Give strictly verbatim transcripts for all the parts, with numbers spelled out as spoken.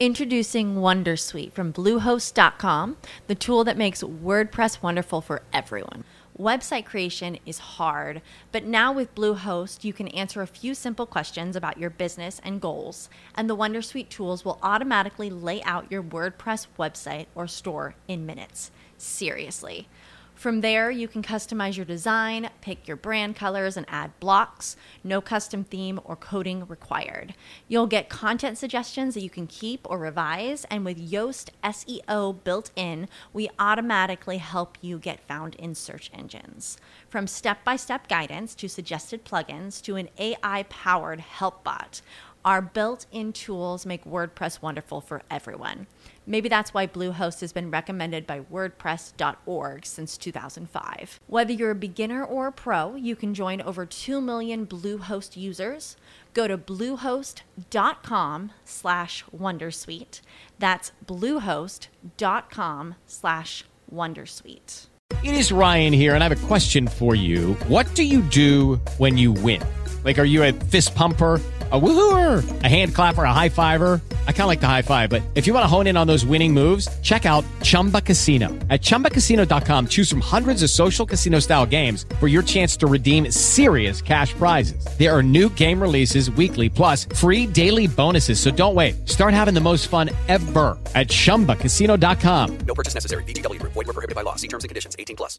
Introducing Wondersuite from Bluehost dot com, the tool that makes WordPress wonderful for everyone. Website creation is hard, but now with Bluehost, you can answer a few simple questions about your business and goals, and the Wondersuite tools will automatically lay out your WordPress website or store in minutes. Seriously. From there, you can customize your design, pick your brand colors, and add blocks. No custom theme or coding required. You'll get content suggestions that you can keep or revise, and with Yoast S E O built in, we automatically help you get found in search engines. From step-by-step guidance to suggested plugins to an A I-powered help bot, our built-in tools make WordPress wonderful for everyone. Maybe that's why Bluehost has been recommended by WordPress dot org since two thousand five. Whether you're a beginner or a pro, you can join over two million Bluehost users. Go to bluehost dot com slash wondersuite. That's bluehost dot com slash wondersuite. It is Ryan here, and I have a question for you. What do you do when you win? Like, are you a fist pumper, a woohooer, a hand clapper, a high fiver? I kind of like the high five, but if you want to hone in on those winning moves, check out Chumba Casino. At chumba casino dot com, choose from hundreds of social casino style games for your chance to redeem serious cash prizes. There are new game releases weekly, plus free daily bonuses. So don't wait. Start having the most fun ever at chumba casino dot com. No purchase necessary. V G W Group. Void where prohibited by law. See terms and conditions. eighteen plus.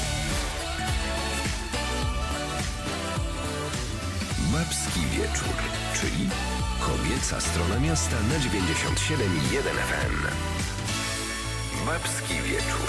Babski wieczór, czyli kobieca strona miasta na dziewięćdziesiąt siedem i jeden F M. Babski wieczór.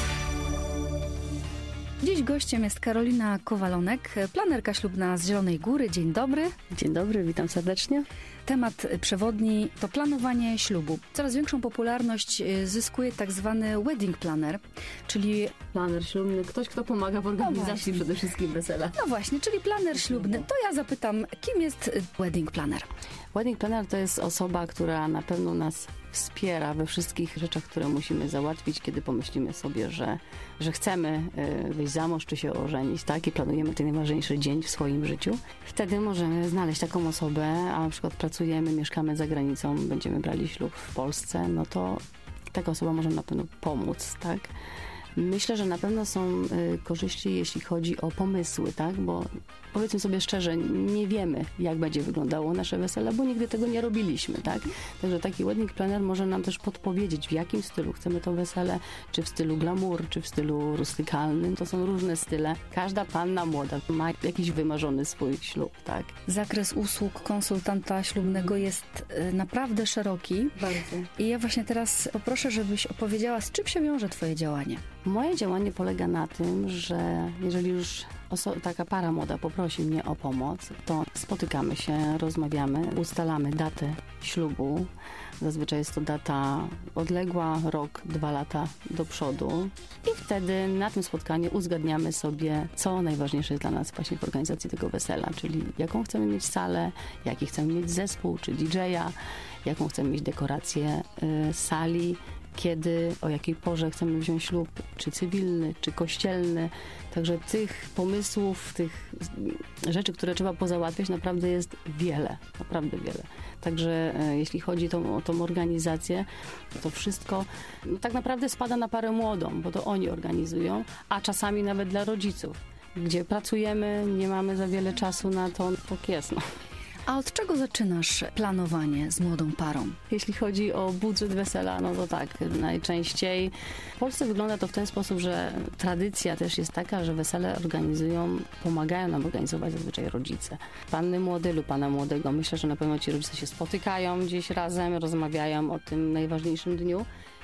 Dziś gościem jest Karolina Kowalonek, planerka ślubna z Zielonej Góry. Dzień dobry. Dzień dobry, witam serdecznie. Temat przewodni to planowanie ślubu. Coraz większą popularność zyskuje tak zwany wedding planner, czyli planer ślubny, ktoś, kto pomaga w organizacji no przede wszystkim wesela. No właśnie, czyli planer ślubny. To ja zapytam, kim jest wedding planner? Wedding planner to jest osoba, która na pewno nas wspiera we wszystkich rzeczach, które musimy załatwić, kiedy pomyślimy sobie, że, że chcemy wyjść za mąż czy się ożenić, tak? I planujemy ten najważniejszy dzień w swoim życiu. Wtedy możemy znaleźć taką osobę, a na przykład pracujemy, mieszkamy za granicą, będziemy brali ślub w Polsce, no to taka osoba może na pewno pomóc, tak? Myślę, że na pewno są y, korzyści, jeśli chodzi o pomysły, tak? Bo powiedzmy sobie szczerze, nie wiemy, jak będzie wyglądało nasze wesele, bo nigdy tego nie robiliśmy, tak? Także taki wedding planner może nam też podpowiedzieć, w jakim stylu chcemy to wesele, czy w stylu glamour, czy w stylu rustykalnym. To są różne style. Każda panna młoda ma jakiś wymarzony swój ślub, tak? Zakres usług konsultanta ślubnego jest y, naprawdę szeroki. Bardzo. I ja właśnie teraz poproszę, żebyś opowiedziała, z czym się wiąże twoje działanie. Moje działanie polega na tym, że jeżeli już oso- taka para młoda poprosi mnie o pomoc, to spotykamy się, rozmawiamy, ustalamy datę ślubu. Zazwyczaj jest to data odległa, rok, dwa lata do przodu. I wtedy na tym spotkaniu uzgadniamy sobie, co najważniejsze jest dla nas właśnie w organizacji tego wesela, czyli jaką chcemy mieć salę, jaki chcemy mieć zespół czy D J a, jaką chcemy mieć dekorację y, sali, kiedy, o jakiej porze chcemy wziąć ślub, czy cywilny, czy kościelny. Także tych pomysłów, tych rzeczy, które trzeba pozałatwiać, naprawdę jest wiele, naprawdę wiele. Także e, jeśli chodzi to, o tą organizację, to wszystko no, tak naprawdę spada na parę młodą, bo to oni organizują, a czasami nawet dla rodziców, gdzie pracujemy, nie mamy za wiele czasu na to, tak jest, no. A od czego zaczynasz planowanie z młodą parą? Jeśli chodzi o budżet wesela, no to tak, najczęściej w Polsce wygląda to w ten sposób, że tradycja też jest taka, że wesele organizują, pomagają nam organizować zazwyczaj rodzice. Panny młode lub pana młodego. Myślę, że na pewno ci rodzice się spotykają gdzieś razem, rozmawiają o tym najważniejszym dniu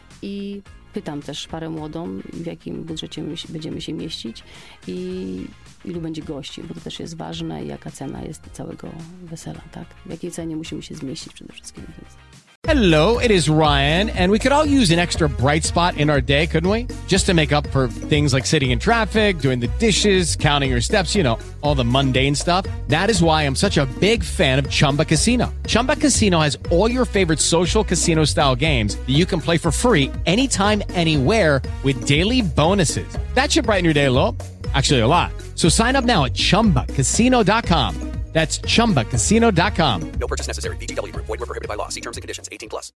i pytam też parę młodą, w jakim budżecie my będziemy się mieścić i ilu będzie gości, bo to też jest ważne, jaka cena jest całego wesela, tak? W jakiej cenie musimy się zmieścić przede wszystkim. Hello, it is Ryan, and we could all use an extra bright spot in our day, couldn't we? Just to make up for things like sitting in traffic, doing the dishes, counting your steps, you know, all the mundane stuff. That is why I'm such a big fan of Chumba Casino. Chumba Casino has all your favorite social casino-style games that you can play for free anytime, anywhere with daily bonuses. That should brighten your day a little. Actually, a lot. So sign up now at chumba casino dot com. That's chumba casino dot com. No purchase necessary. V G W Group. Void where prohibited by law. See terms and conditions. eighteen plus.